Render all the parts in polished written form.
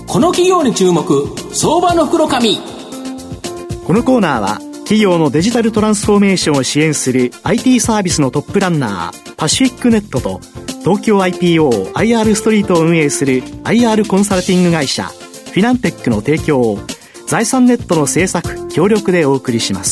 この企業に注目、相場の福の神。 このコーナーは企業のデジタルトランスフォーメーションを支援する IT サービスのトップランナーパシフィックネットと、東京 IPO IR ストリートを運営する IR コンサルティング会社フィナンテックの提供を財産ネットの制作協力でお送りします。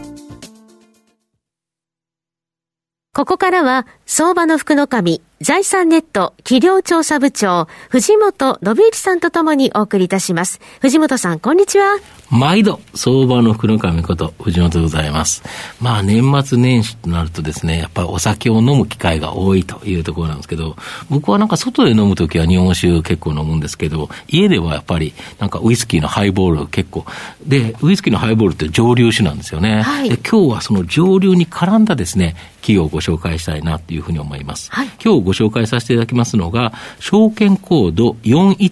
ここからは相場の福の神、財産ネット企業調査部長藤本信之さんとともにお送りいたします。藤本さん、こんにちは。 毎度相場の福の神こと藤本でございます。年末年始となるとですね、やっぱりお酒を飲む機会が多いというところなんですけど、僕は外で飲むときは日本酒結構飲むんですけど、家ではやっぱりウイスキーのハイボール結構で、ウイスキーのハイボールって蒸留酒なんですよね、はい、で今日はその蒸留に絡んだですね企業をご紹介したいなというふうに思います、はい、今日ご紹介させていただきますのが証券コード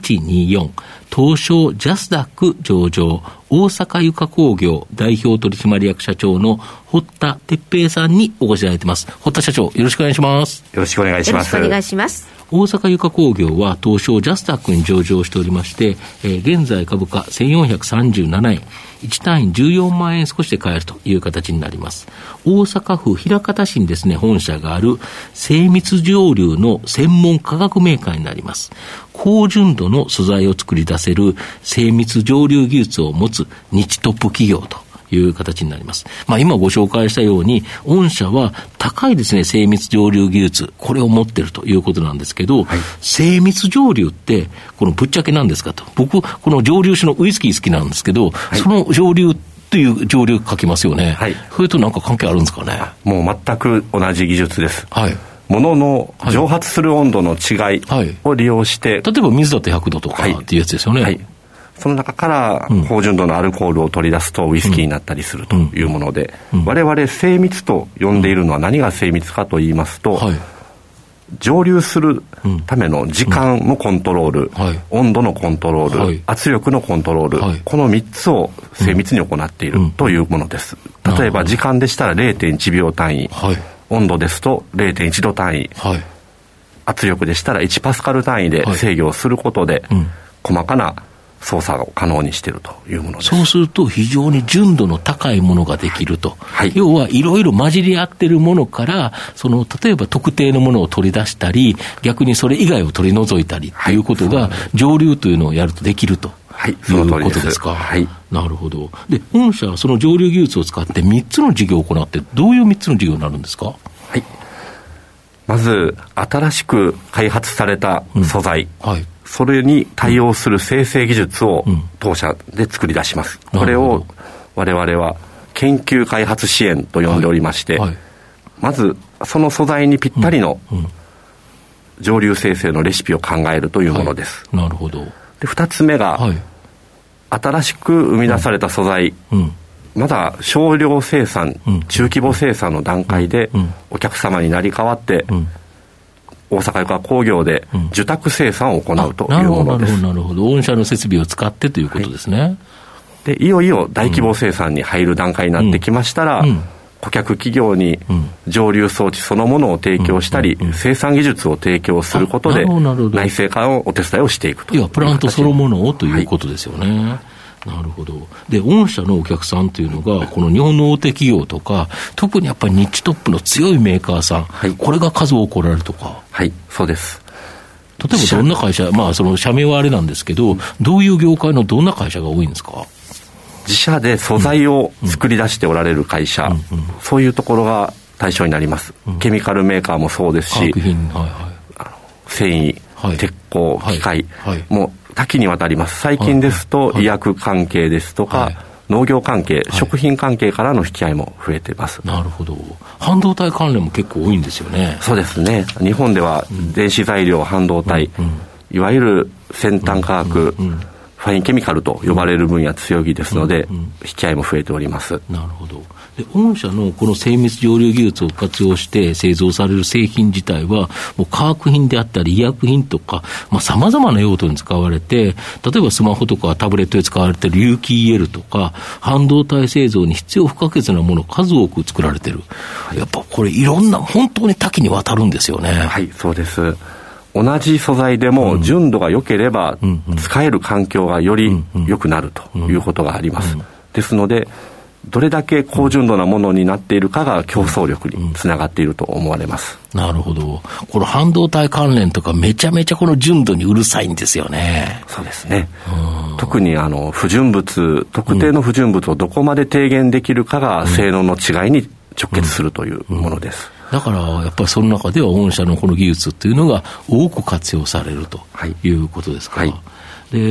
4124東証ジャスダック上場大阪ゆか工業代表取締役社長の堀田哲平さんにお越しいただいています。堀田社長、よろしくお願いします。 よろしくお願いします。 よろしくお願いします。 大阪ゆか工業は東証ジャスダックに上場しておりまして、現在株価1437円、1単位14万円少しで買えるという形になります。大阪府枚方市にですね、本社がある精密蒸留の専門化学メーカーになります。高純度の素材を作り出せる精密蒸留技術を持つ日トップ企業という形になります。今ご紹介したように、御社は高いですね、精密蒸留技術、これを持っているということなんですけど、はい、精密蒸留って、このぶっちゃけなんですかと。僕、この蒸留酒のウイスキー好きなんですけど、はい、その蒸留っていう蒸留書きますよね。はい。それと関係あるんですかね。 もう全く同じ技術です。 はい。 物の蒸発する温度の違いを利用して、はい、 例えば水だと100度とかっていうやつですよね。はい。はい、 その中から高純度のアルコールを取り出すとウイスキーになったりするというもので、我々精密と呼んでいるのは何が精密かと言いますと、はい、蒸留するための時間のコントロール、はい、温度のコントロール、はい、圧力のコントロール、はい、この3つを精密に行っているというものです。例えば時間でしたら 0.1 秒単位、はい、温度ですと 0.1 度単位、はい、圧力でしたら1パスカル単位で制御をすることで、細かな操作を可能にしているというものです。 そうすると非常に純度の高いものができると、はい、要はいろいろ混じり合っているものから例えば特定のものを取り出したり逆にそれ以外を取り除いたりということが、はい、蒸留というのをやるとできると、はい、いうことですか。 はい、 なるほど。で、御社はその蒸留技術を使って3つの事業を行って、どういう3つの事業になるんですか。 はい、まず新しく開発された素材、はい、それに対応する生成技術を当社で作り出します。これを我々は研究開発支援と呼んでおりまして、はいはい、まずその素材にぴったりの蒸留生成のレシピを考えるというものです。 はい、なるほど。 で、2つ目が、はい、新しく生み出された素材、まだ少量生産、中規模生産の段階でお客様になり変わって、大阪ゆか工業で受託生産を行うというものです。 なるほど。御社の設備を使ってということですね。はい、 で、いよいよ大規模生産に入る段階になってきましたら、顧客企業に蒸留装置そのものを提供したり、生産技術を提供することで内製化のお手伝いをしていくという。 プラントそのものをということですよね。はい、なるほど。で、御社のお客さんというのがこの日本の大手企業とか、特にやっぱり日トップの強いメーカーさん、はい、これが数多くおられるとか。 はい、そうです。 例えばどんな会社、その社名はあれなんですけど、どういう業界のどんな会社が多いんですか。 自社で素材を作り出しておられる会社、そういうところが対象になります。ケミカルメーカーもそうですし、 化学品、 繊維、鉄鋼、機械、もう多岐にわたります。最近ですと、医薬関係ですとか、農業関係、食品関係からの引き合いも増えています。 なるほど。半導体関連も結構多いんですよね。 そうですね。日本では電子材料、半導体、いわゆる先端科学、ファインケミカルと呼ばれる分野強気ですので、引き合いも増えております。 なるほど。で、御社のこの精密蒸留技術を活用して製造される製品自体はもう化学品であったり医薬品とか様々な用途に使われて、例えばスマホとかタブレットで使われている有機 EL とか半導体製造に必要不可欠なものを数多く作られている。やっぱこれいろんな本当に多岐にわたるんですよね。 はい、そうです。 同じ素材でも純度が良ければ使える環境がより良くなるということがあります。ですのでどれだけ高純度なものになっているかが競争力につながっていると思われます。 なるほど。この半導体関連とかめちゃめちゃこの純度にうるさいんですよね。 そうですね。特に不純物、特定の不純物をどこまで低減できるかが性能の違いに直結するというものです。 だからやっぱりその中では御社のこの技術っていうのが多く活用されるということですか。はいはい、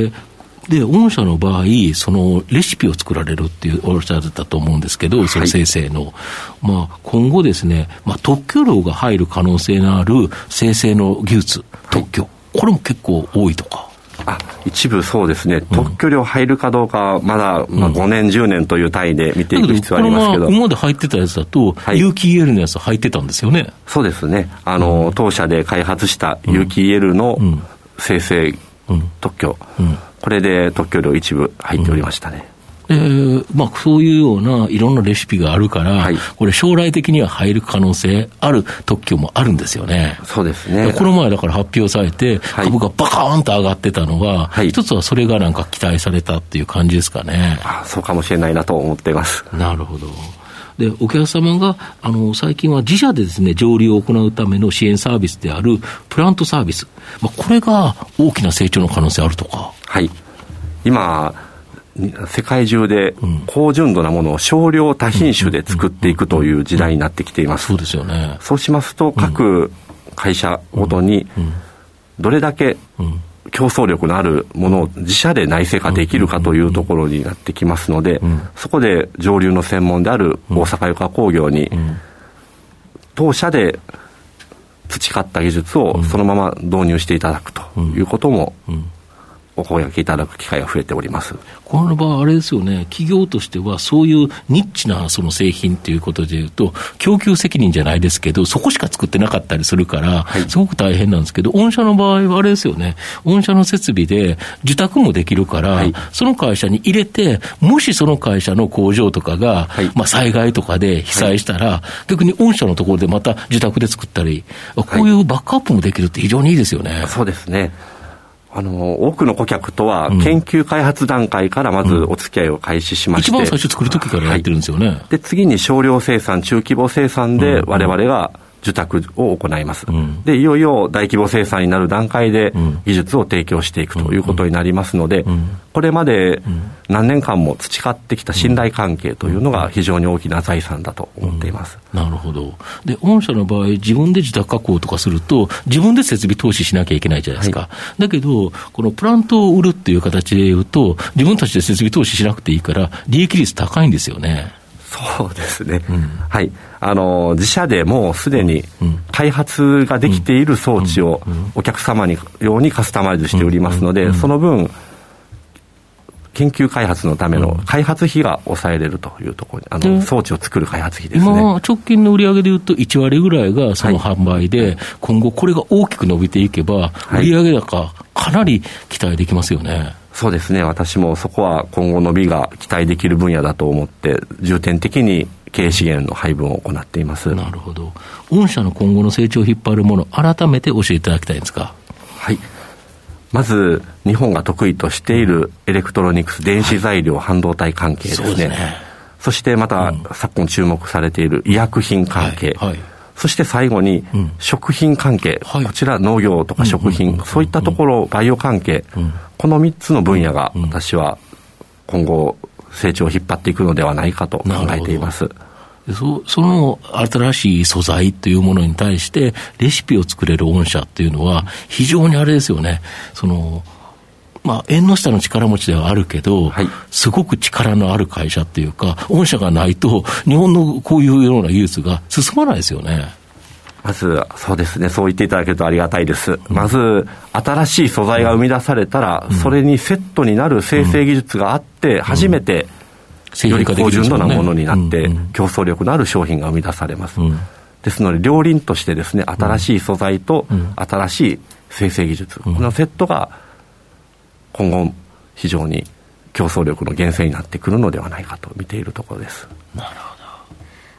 で御社の場合そのレシピを作られるっていうおっしゃってたと思うんですけど、その生成の、今後ですね、特許料が入る可能性のある生成の技術、特許、これも結構多いとか。 一部そうですね、特許料入るかどうかはまだ、5年10年という単位で見ていく必要ありますけど、 今まで入ってたやつだと、有機 EL のやつ入ってたんですよね。 そうですね、当社で開発した有機 EL の生成特許、これで特許料一部入っておりましたね。 そういうようないろんなレシピがあるから、これ将来的には入る可能性ある特許もあるんですよね。 そうですね。 この前だから発表されて株がバカーンと上がってたのが、一つはそれがなんか期待されたっていう感じですかね。 そうかもしれないなと思っています。 なるほど。でお客様が最近は自社でですね上流を行うための支援サービスであるプラントサービス、これが大きな成長の可能性あるとか。 はい、今世界中で高純度なものを少量多品種で作っていくという時代になってきています。 そうですよね。 そうしますと各会社ごとにどれだけ競争力のあるものを自社で内製化できるかというところになってきますので、そこで上流の専門である大阪床工業に当社で培った技術をそのまま導入していただくということもお声掛けいただく機会が増えております。 この場合あれですよね、企業としてはそういうニッチなその製品ということでいうと供給責任じゃないですけどそこしか作ってなかったりするから、すごく大変なんですけど、御社の場合はあれですよね、御社の設備で受託もできるから、その会社に入れてもしその会社の工場とかが、災害とかで被災したら、逆に御社のところでまた受託で作ったり、こういうバックアップもできるって非常にいいですよね。 そうですね。多くの顧客とは研究開発段階からまずお付き合いを開始しまして、 一番最初作るときからやってるんですよね。 で次に少量生産中規模生産で我々が受託を行います。でいよいよ大規模生産になる段階で技術を提供していくということになりますので、これまで何年間も培ってきた信頼関係というのが非常に大きな財産だと思っています。 なるほど。で御社の場合自分で自宅加工とかすると自分で設備投資しなきゃいけないじゃないですか、だけどこのプラントを売るっていう形でいうと自分たちで設備投資しなくていいから利益率高いんですよね。 そうですね、はい、自社でもうすでに開発ができている装置をお客様にようにカスタマイズしておりますので、その分研究開発のための開発費が抑えれるというところに装置を作る開発費ですね。 今直近の売上でいうと1割ぐらいがその販売で、今後これが大きく伸びていけば売上高かなり期待できますよね。 そうですね。私もそこは今後伸びが期待できる分野だと思って重点的に経営資源の配分を行っています。 なるほど。御社の今後の成長を引っ張るもの改めて教えていただきたいんですか。 はい、まず日本が得意としているエレクトロニクス電子材料、半導体関係ですね。そうですね。そしてまた、昨今注目されている医薬品関係、そして最後に食品関係、こちら農業とか食品、そういったところバイオ関係、この3つの分野が私は今後成長を引っ張っていくのではないかと考えています。 その新しい素材というものに対してレシピを作れる御社っていうのは非常にあれですよね、縁の下の力持ちではあるけど、すごく力のある会社っていうか、御社がないと日本のこういうような技術が進まないですよね。 まずそうですね、そう言っていただけるとありがたいです。まず新しい素材が生み出されたら、それにセットになる生成技術があって初めてより高純度なものになって競争力のある商品が生み出されます。ですので両輪としてですね、新しい素材と新しい生成技術、このセットが今後非常に競争力の源泉になってくるのではないかと見ているところです。 なるほど。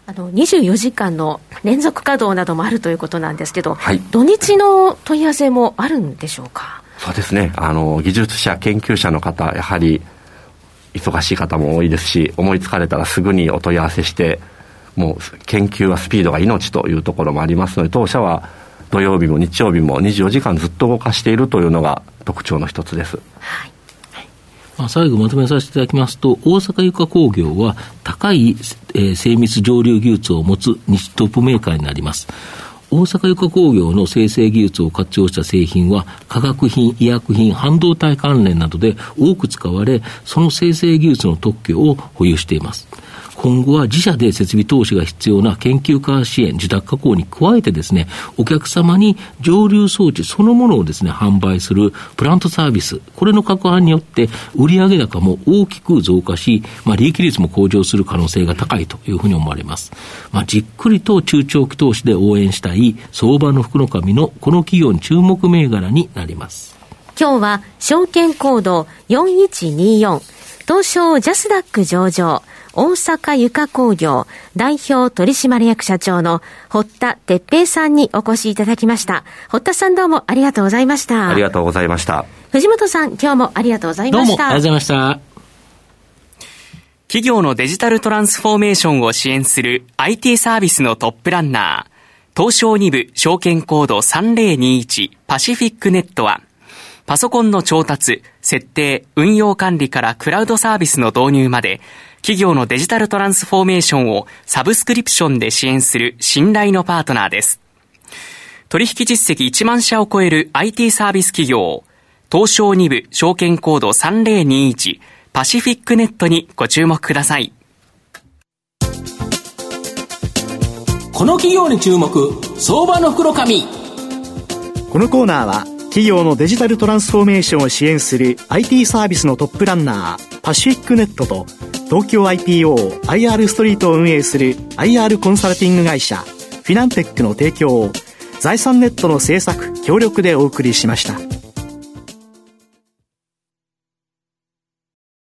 24時間の連続稼働などもあるということなんですけど、 はい、 土日の問い合わせもあるんでしょうか？ そうですね、技術者研究者の方、やはり忙しい方も多いですし、思いつかれたらすぐにお問い合わせして、もう研究はスピードが命というところもありますので、当社は土曜日も日曜日も24時間ずっと動かしているというのが特徴の一つです。 はい。 最後まとめさせていただきますと、大阪床工業は高い、精密蒸留技術を持つ日トップメーカーになります。大阪床工業の生成技術を活用した製品は化学品、医薬品、半導体関連などで多く使われ、その生成技術の特許を保有しています。今後は自社で設備投資が必要な研究開発支援、受託加工に加えてですね、お客様に蒸留装置そのものをですね、販売するプラントサービス、これの拡販によって売上高も大きく増加し、利益率も向上する可能性が高いというふうに思われます。じっくりと中長期投資で応援したい相場の福の神のこの企業に注目銘柄になります。 今日は証券コード4124東証ジャスダック上場大阪床工業代表取締役社長の堀田哲平さんにお越しいただきました。堀田さん、どうもありがとうございました。 ありがとうございました。 藤本さん、今日もありがとうございました。 どうもありがとうございました。 企業のデジタルトランスフォーメーションを支援する IT サービスのトップランナー、東証2部証券コード3021パシフィックネットは、パソコンの調達、設定、運用管理からクラウドサービスの導入まで、企業のデジタルトランスフォーメーションをサブスクリプションで支援する信頼のパートナーです。取引実績1万社を超える IT サービス企業、東証2部証券コード3021パシフィックネットにご注目ください。 この企業に注目、相場の福の神。 このコーナーは企業のデジタルトランスフォーメーションを支援する IT サービスのトップランナーパシフィックネットと、東京 IPO、IR ストリートを運営する IR コンサルティング会社フィナンテックの提供を財産ネットの制作協力でお送りしました。